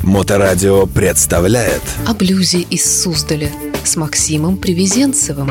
Моторадио представляет О блюзе из Суздаля с Максимом Привезенцевым.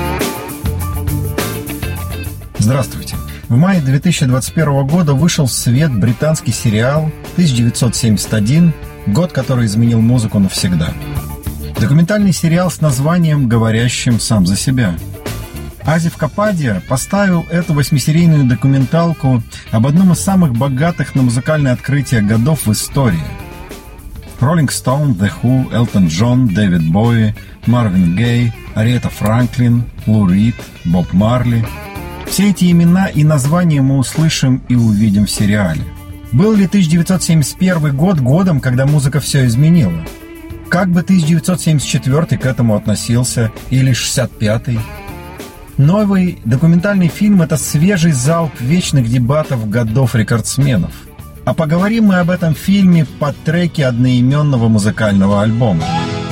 Здравствуйте! В мае 2021 года вышел в свет британский сериал «1971. Год, который изменил музыку навсегда». Документальный сериал с названием, говорящим сам за себя. Азиф Кападия поставил эту 8-серийную документалку об одном из самых богатых на музыкальное открытие годов в истории. Rolling Stone, The Who, Элтон Джон, Дэвид Боуи, Марвин Гей, Аретта Франклин, Лу Рид, Боб Марли. Все эти имена и названия мы услышим и увидим в сериале. Был ли 1971 год годом, когда музыка все изменила? Как бы 1974 к этому относился, или 65-й? Новый документальный фильм – это свежий залп вечных дебатов годов рекордсменов. А поговорим мы об этом фильме под треки одноименного музыкального альбома.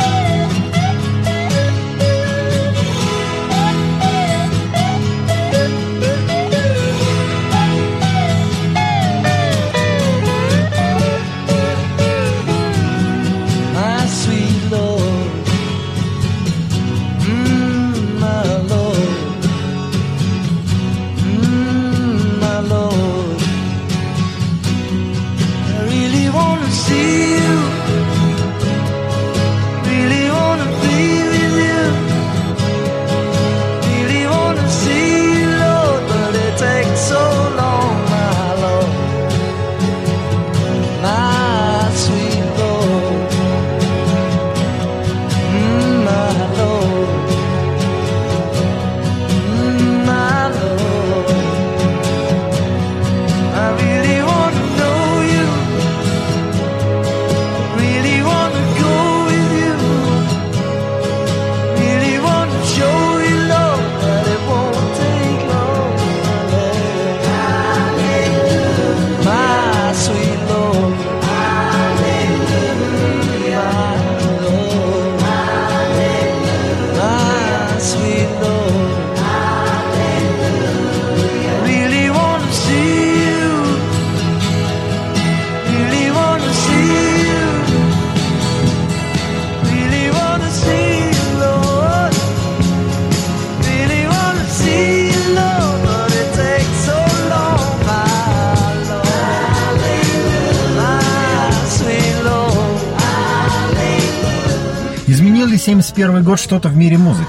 Изменил ли 1971 год что-то в мире музыки?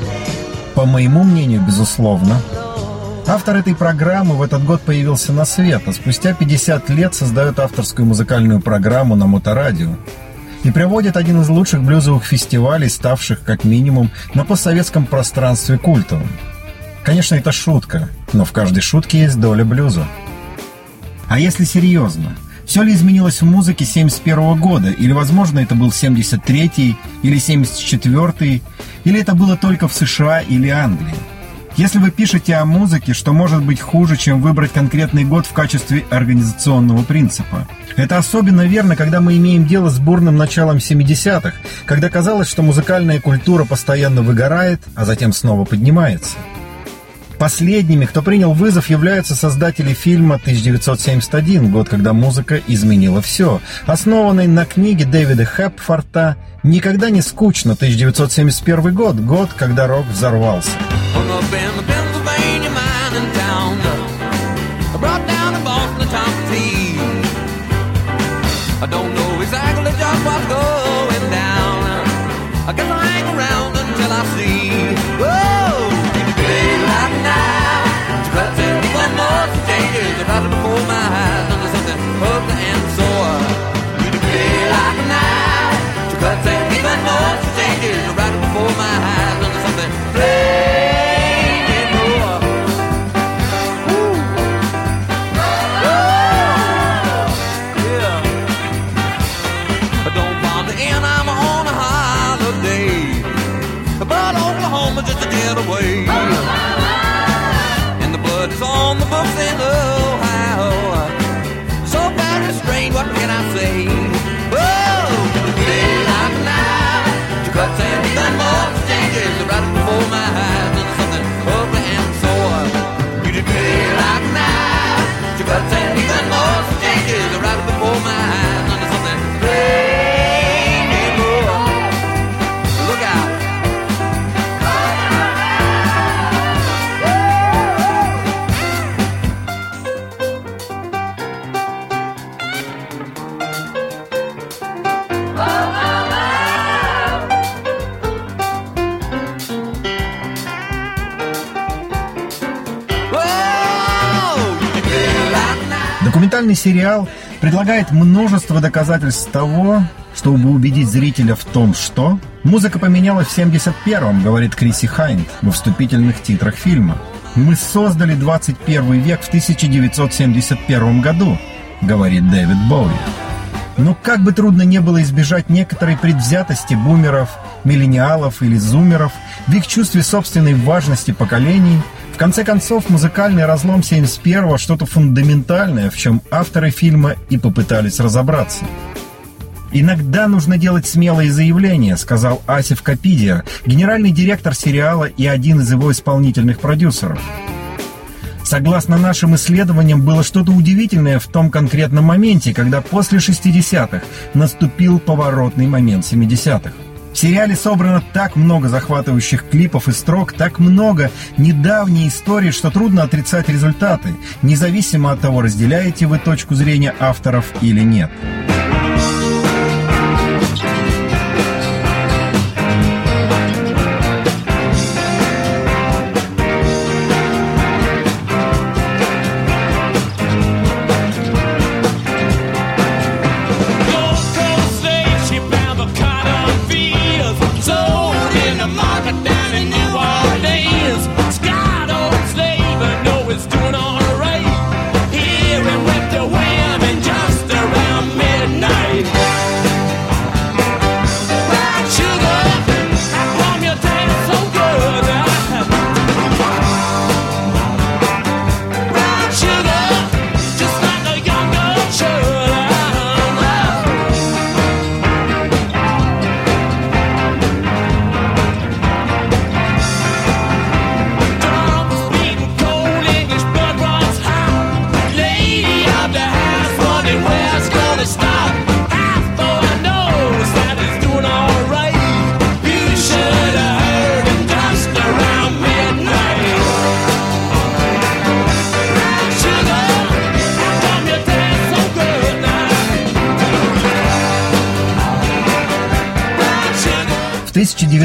По моему мнению, безусловно. Автор этой программы в этот год появился на свет, а спустя 50 лет создает авторскую музыкальную программу на Моторадио и проводит один из лучших блюзовых фестивалей, ставших, как минимум, на постсоветском пространстве культовым. Конечно, это шутка, но в каждой шутке есть доля блюза. А если серьезно, все ли изменилось в музыке 1971 года? Или, возможно, это был 1973 или 1974, или это было только в США или Англии? Если вы пишете о музыке, что может быть хуже, чем выбрать конкретный год в качестве организационного принципа? Это особенно верно, когда мы имеем дело с бурным началом 70-х, когда казалось, что музыкальная культура постоянно выгорает, а затем снова поднимается. Последними, кто принял вызов, являются создатели фильма «1971. Год, когда музыка изменила все», основанный на книге Дэвида Хепфорта «Никогда не скучно. 1971 год. Год, когда рок взорвался». On the books in Ohio, so very strange. What can I say? Oh, day like now, to cuts and even more changes right before my eyes, and something ugly and sore. You did day like now, to cuts and even more changes right before my eyes, and something. Документальный сериал предлагает множество доказательств того, чтобы убедить зрителя в том, что музыка поменялась в 1971-м, говорит Криси Хайнд во вступительных титрах фильма. «Мы создали 21 век в 1971 году», говорит Дэвид Боуи. Но как бы трудно не было избежать некоторой предвзятости бумеров, миллениалов или зумеров в их чувстве собственной важности поколений, в конце концов музыкальный разлом 71-го что-то фундаментальное, в чем авторы фильма и попытались разобраться. «Иногда нужно делать смелые заявления», — сказал Асиф Капидия, генеральный директор сериала и один из его исполнительных продюсеров. Согласно нашим исследованиям, было что-то удивительное в том конкретном моменте, когда после 60-х наступил поворотный момент 70-х. В сериале собрано так много захватывающих клипов и строк, так много недавней истории, что трудно отрицать результаты, независимо от того, разделяете вы точку зрения авторов или нет. В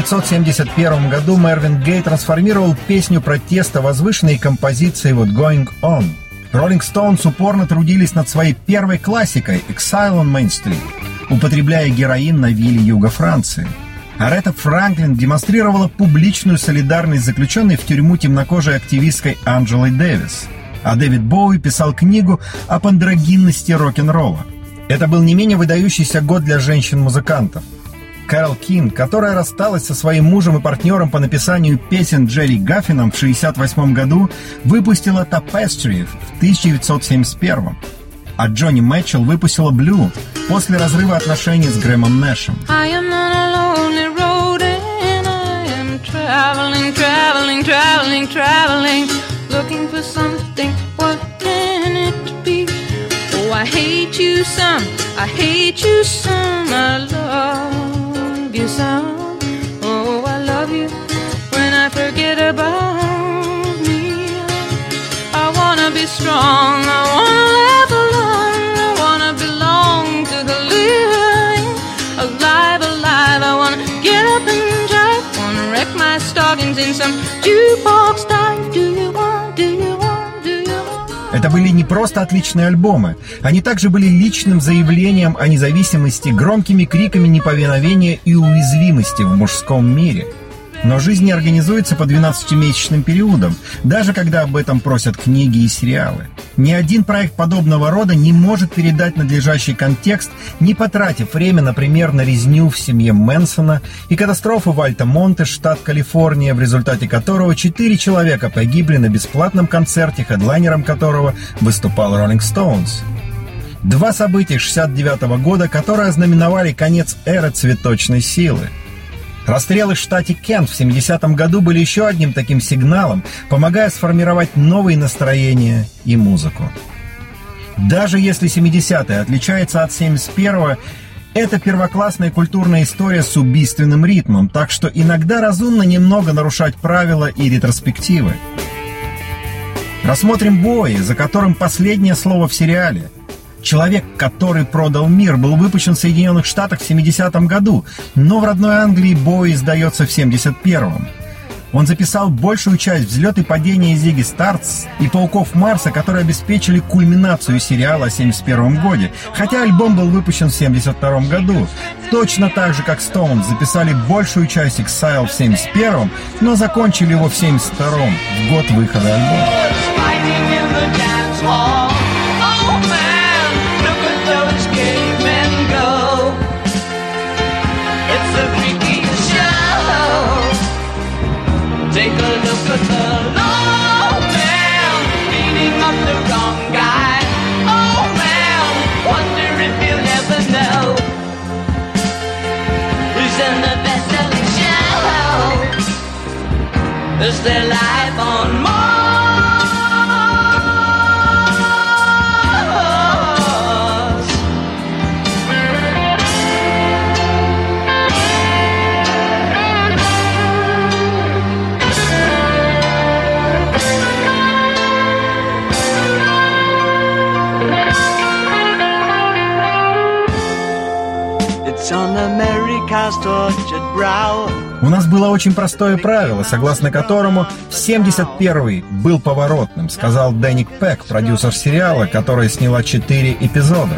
1971 году Марвин Гей трансформировал песню протеста возвышенной композицией «What Going On». Rolling Stones упорно трудились над своей первой классикой «Exile on Main Street», употребляя героин на вилле юга Франции. Аретта Франклин демонстрировала публичную солидарность с заключенной в тюрьму темнокожей активисткой Анджелой Дэвис. А Дэвид Боуи писал книгу об андрогинности рок-н-ролла. Это был не менее выдающийся год для женщин-музыкантов. Кэрол Кинг, которая рассталась со своим мужем и партнером по написанию песен Джерри Гаффином в 1968 году, выпустила Tapestry в 1971. А Джонни Митчелл выпустила Blue после разрыва отношений с Грэмом Нэшем. I hate you some, I hate you some, I love you some. Oh, I love you when I forget about me. I wanna be strong, I wanna live alone, I wanna belong to the living. Alive, alive, I wanna get up and drive, wanna wreck my stockings in some jukebox dive. Do you want, do you want, do you want? Это были не просто отличные альбомы, они также были личным заявлением о независимости, громкими криками неповиновения и уязвимости в мужском мире. Но жизнь не организуется по 12-месячным периодам, даже когда об этом просят книги и сериалы. Ни один проект подобного рода не может передать надлежащий контекст, не потратив время, например, на резню в семье Мэнсона и катастрофу в Альто-Монте, штат Калифорния, в результате которого 4 человека погибли на бесплатном концерте, хедлайнером которого выступал Rolling Stones. 2 события 1969 года, которые ознаменовали конец эры цветочной силы. Расстрелы в штате Кент в 70-м году были еще одним таким сигналом, помогая сформировать новые настроения и музыку. Даже если 70-е отличается от 71-го, это первоклассная культурная история с убийственным ритмом, так что иногда разумно немного нарушать правила и ретроспективы. Рассмотрим Боуи, за которым последнее слово в сериале. «Человек, который продал мир», был выпущен в Соединенных Штатах в 70-м году, но в родной Англии Боуи издается в 71-м. Он записал большую часть «Взлет и падение» Зигги Стардст и «Пауков Марса», которые обеспечили кульминацию сериала о 1971 году, хотя альбом был выпущен в 1972 году. Точно так же, как Stones записали большую часть «Exile» в 1971, но закончили его в 1972, в год выхода альбома. Take a look at the low man beating up the wrong guy. Oh man, wonder if you'll ever know who's in the best-selling show. Is there life on Mars? У нас было очень простое правило, согласно которому 71-й был поворотным, сказал Дэнни Пэк, продюсер сериала, которая сняла 4 эпизода.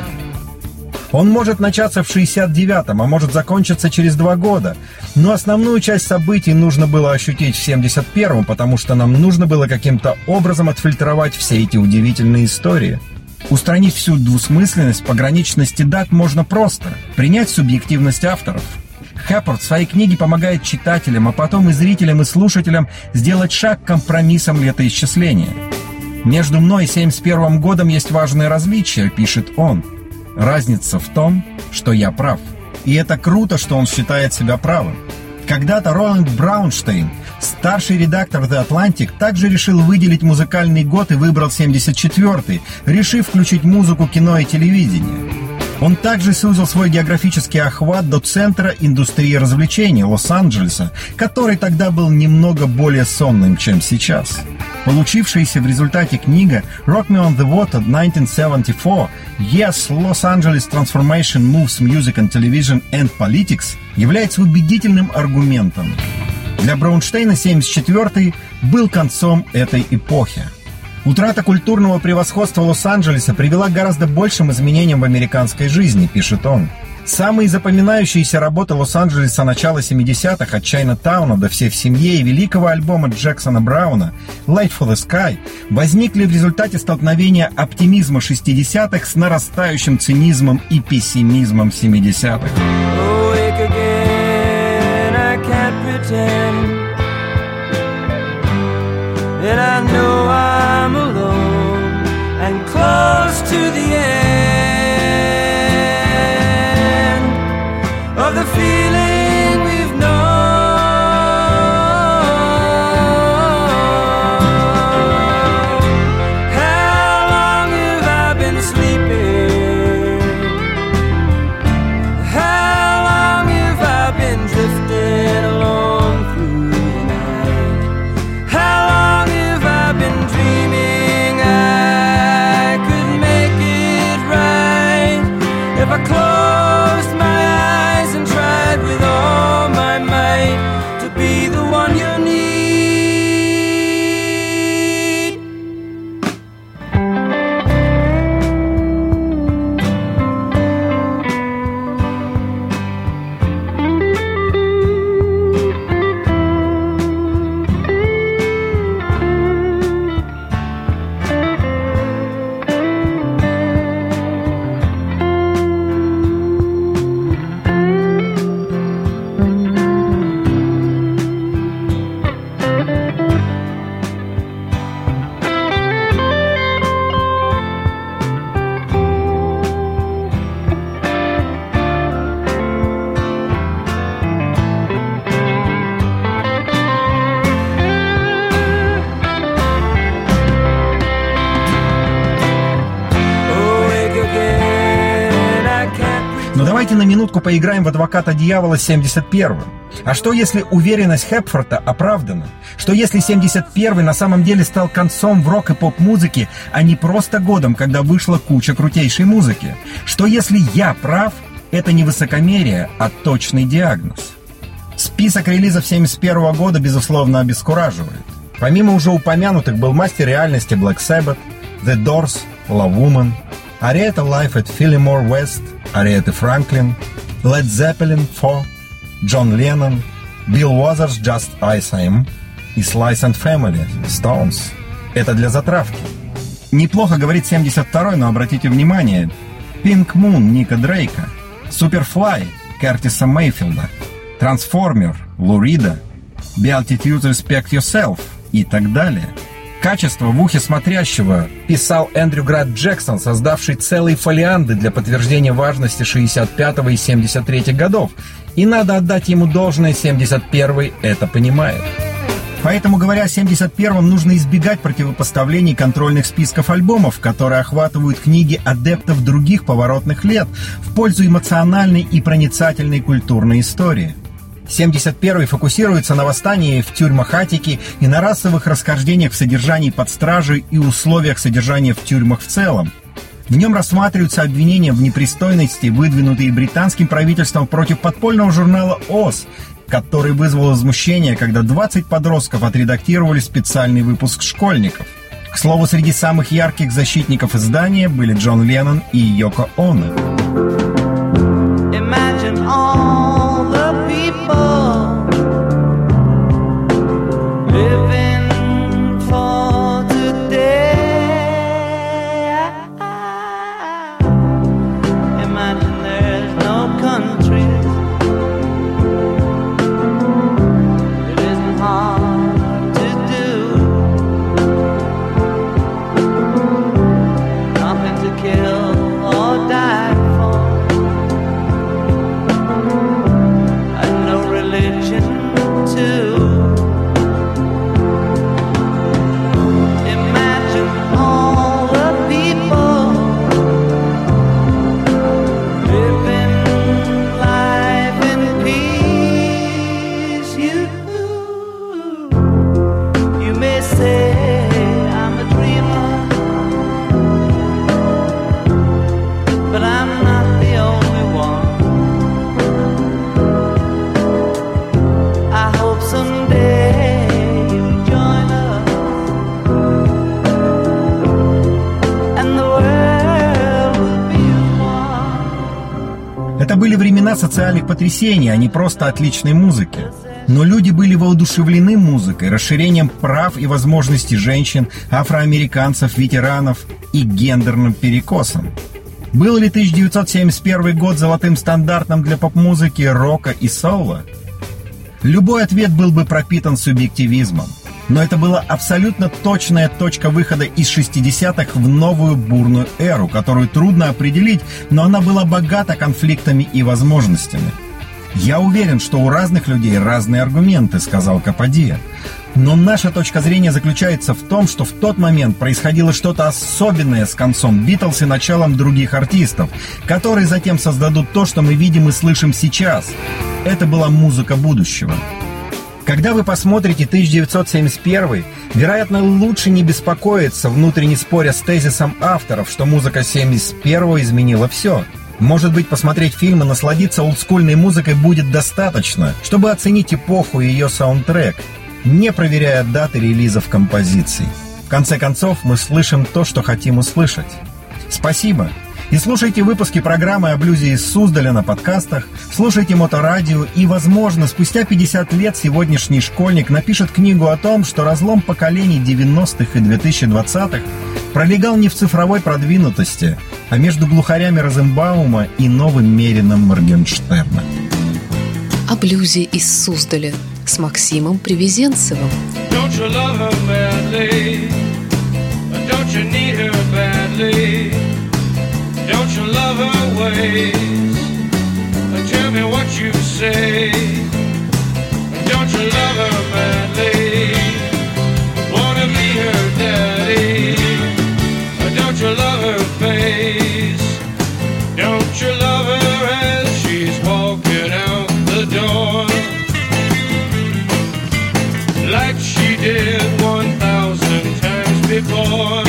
Он может начаться в 69-м, а может закончиться через 2 года. Но основную часть событий нужно было ощутить в 71-м, потому что нам нужно было каким-то образом отфильтровать все эти удивительные истории. Устранить всю двусмысленность, пограничности дат можно просто. Принять субъективность авторов. Хэппорт в своей книге помогает читателям, а потом и зрителям, и слушателям сделать шаг к компромиссам летоисчисления. «Между мной и 71 годом есть важное различие», — пишет он. «Разница в том, что я прав». И это круто, что он считает себя правым. Когда-то Роланд Браунштейн, старший редактор The Atlantic, также решил выделить музыкальный год и выбрал 74-й, решив включить музыку, кино и телевидение. Он также сузил свой географический охват до центра индустрии развлечений Лос-Анджелеса, который тогда был немного более сонным, чем сейчас. Получившаяся в результате книга «Rock Me on the Water 1974. Yes, Los Angeles Transformation Moves Music and Television and Politics» является убедительным аргументом. Для Браунштейна 74-й был концом этой эпохи. Утрата культурного превосходства Лос-Анджелеса привела к гораздо большим изменениям в американской жизни, пишет он. Самые запоминающиеся работы Лос-Анджелеса начала 70-х от Чайна-тауна до «Все в семье» и великого альбома Джексона Брауна «Light for the Sky» возникли в результате столкновения оптимизма 60-х с нарастающим цинизмом и пессимизмом 70-х. And I know I'm alone and close to the end of the feeling we've known. How long have I been sleeping? How long have I been drifting along through the night? How long been dreaming I could make it right if I closed my eyes and tried with all my might to be the one you need. Но давайте на минутку поиграем в адвоката дьявола с 71-м. А что если уверенность Хэпфорта оправдана? Что если 71-й на самом деле стал концом в рок- и поп-музыке, а не просто годом, когда вышла куча крутейшей музыки? Что если я прав, это не высокомерие, а точный диагноз? Список релизов 1971 года, безусловно, обескураживает. Помимо уже упомянутых был «Мастер реальности» Black Sabbath, The Doors, Love Woman, Aretha Live at Fillmore West, Aretha Franklin, Led Zeppelin 4, John Lennon, Bill Withers Just As I Am и Slice and Family, Stones. Это для затравки. Неплохо говорит 72-й, но обратите внимание, Pink Moon Ника Дрейка, Superfly Кертиса Мейфилда, Transformer Лу Рида, Beatitude Respect Yourself и так далее. Качество в ухе смотрящего писал Эндрю Град Джексон, создавший целые фолианты для подтверждения важности 65-го и 73-х годов. И надо отдать ему должное, 71-й это понимает. Поэтому, говоря о 71-м, нужно избегать противопоставлений контрольных списков альбомов, которые охватывают книги адептов других поворотных лет в пользу эмоциональной и проницательной культурной истории. 71-й фокусируется на восстании в тюрьмах Аттики и на расовых расхождениях в содержании под стражей и условиях содержания в тюрьмах в целом. В нем рассматриваются обвинения в непристойности, выдвинутые британским правительством против подпольного журнала «Оз», который вызвал возмущение, когда 20 подростков отредактировали специальный выпуск «Школьников». К слову, среди самых ярких защитников издания были Джон Леннон и Йоко Оно. Это были времена социальных потрясений, а не просто отличной музыки. Но люди были воодушевлены музыкой, расширением прав и возможностей женщин, афроамериканцев, ветеранов и гендерным перекосом. Был ли 1971 год золотым стандартом для поп-музыки, рока и соула? Любой ответ был бы пропитан субъективизмом. Но это была абсолютно точная точка выхода из 60-х в новую бурную эру, которую трудно определить, но она была богата конфликтами и возможностями. «Я уверен, что у разных людей разные аргументы», — сказал Каппадия. Но наша точка зрения заключается в том, что в тот момент происходило что-то особенное с концом Битлз и началом других артистов, которые затем создадут то, что мы видим и слышим сейчас. Это была музыка будущего. Когда вы посмотрите 1971, вероятно, лучше не беспокоиться, внутренне споря с тезисом авторов, что музыка 71-го изменила все. Может быть, посмотреть фильм и насладиться олдскульной музыкой будет достаточно, чтобы оценить эпоху и ее саундтрек, не проверяя даты релизов композиций. В конце концов, мы слышим то, что хотим услышать. Спасибо! И слушайте выпуски программы о блюзе из Суздаля на подкастах, слушайте Моторадио, и, возможно, спустя 50 лет сегодняшний школьник напишет книгу о том, что разлом поколений 90-х и 2020-х пролегал не в цифровой продвинутости, а между глухарями Розенбаума и новым Мерином Моргенштерна. О блюзе из Суздаля с Максимом Привезенцевым. Don't you love her badly? Don't you need her badly? Don't you love her ways? Tell me what you say. Don't you love her madly? Wanna be her daddy? Don't you love her face? Don't you love her as she's walking out the door? Like she did 1,000 times before.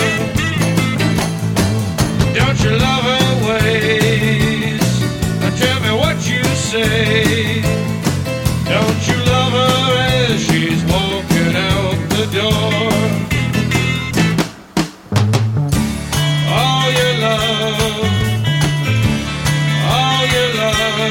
Don't you love her ways? Tell me what you say. Don't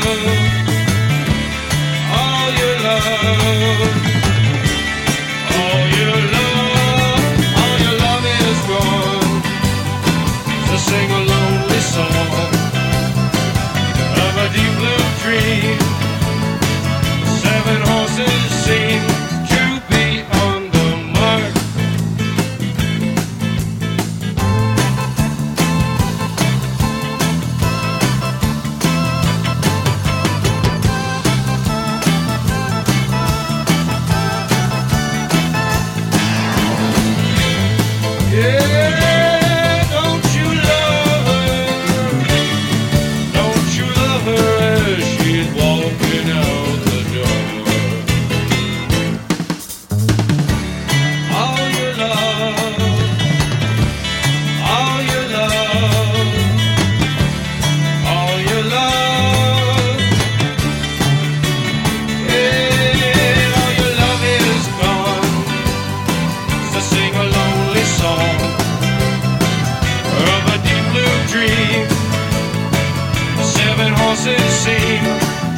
Seven horses seem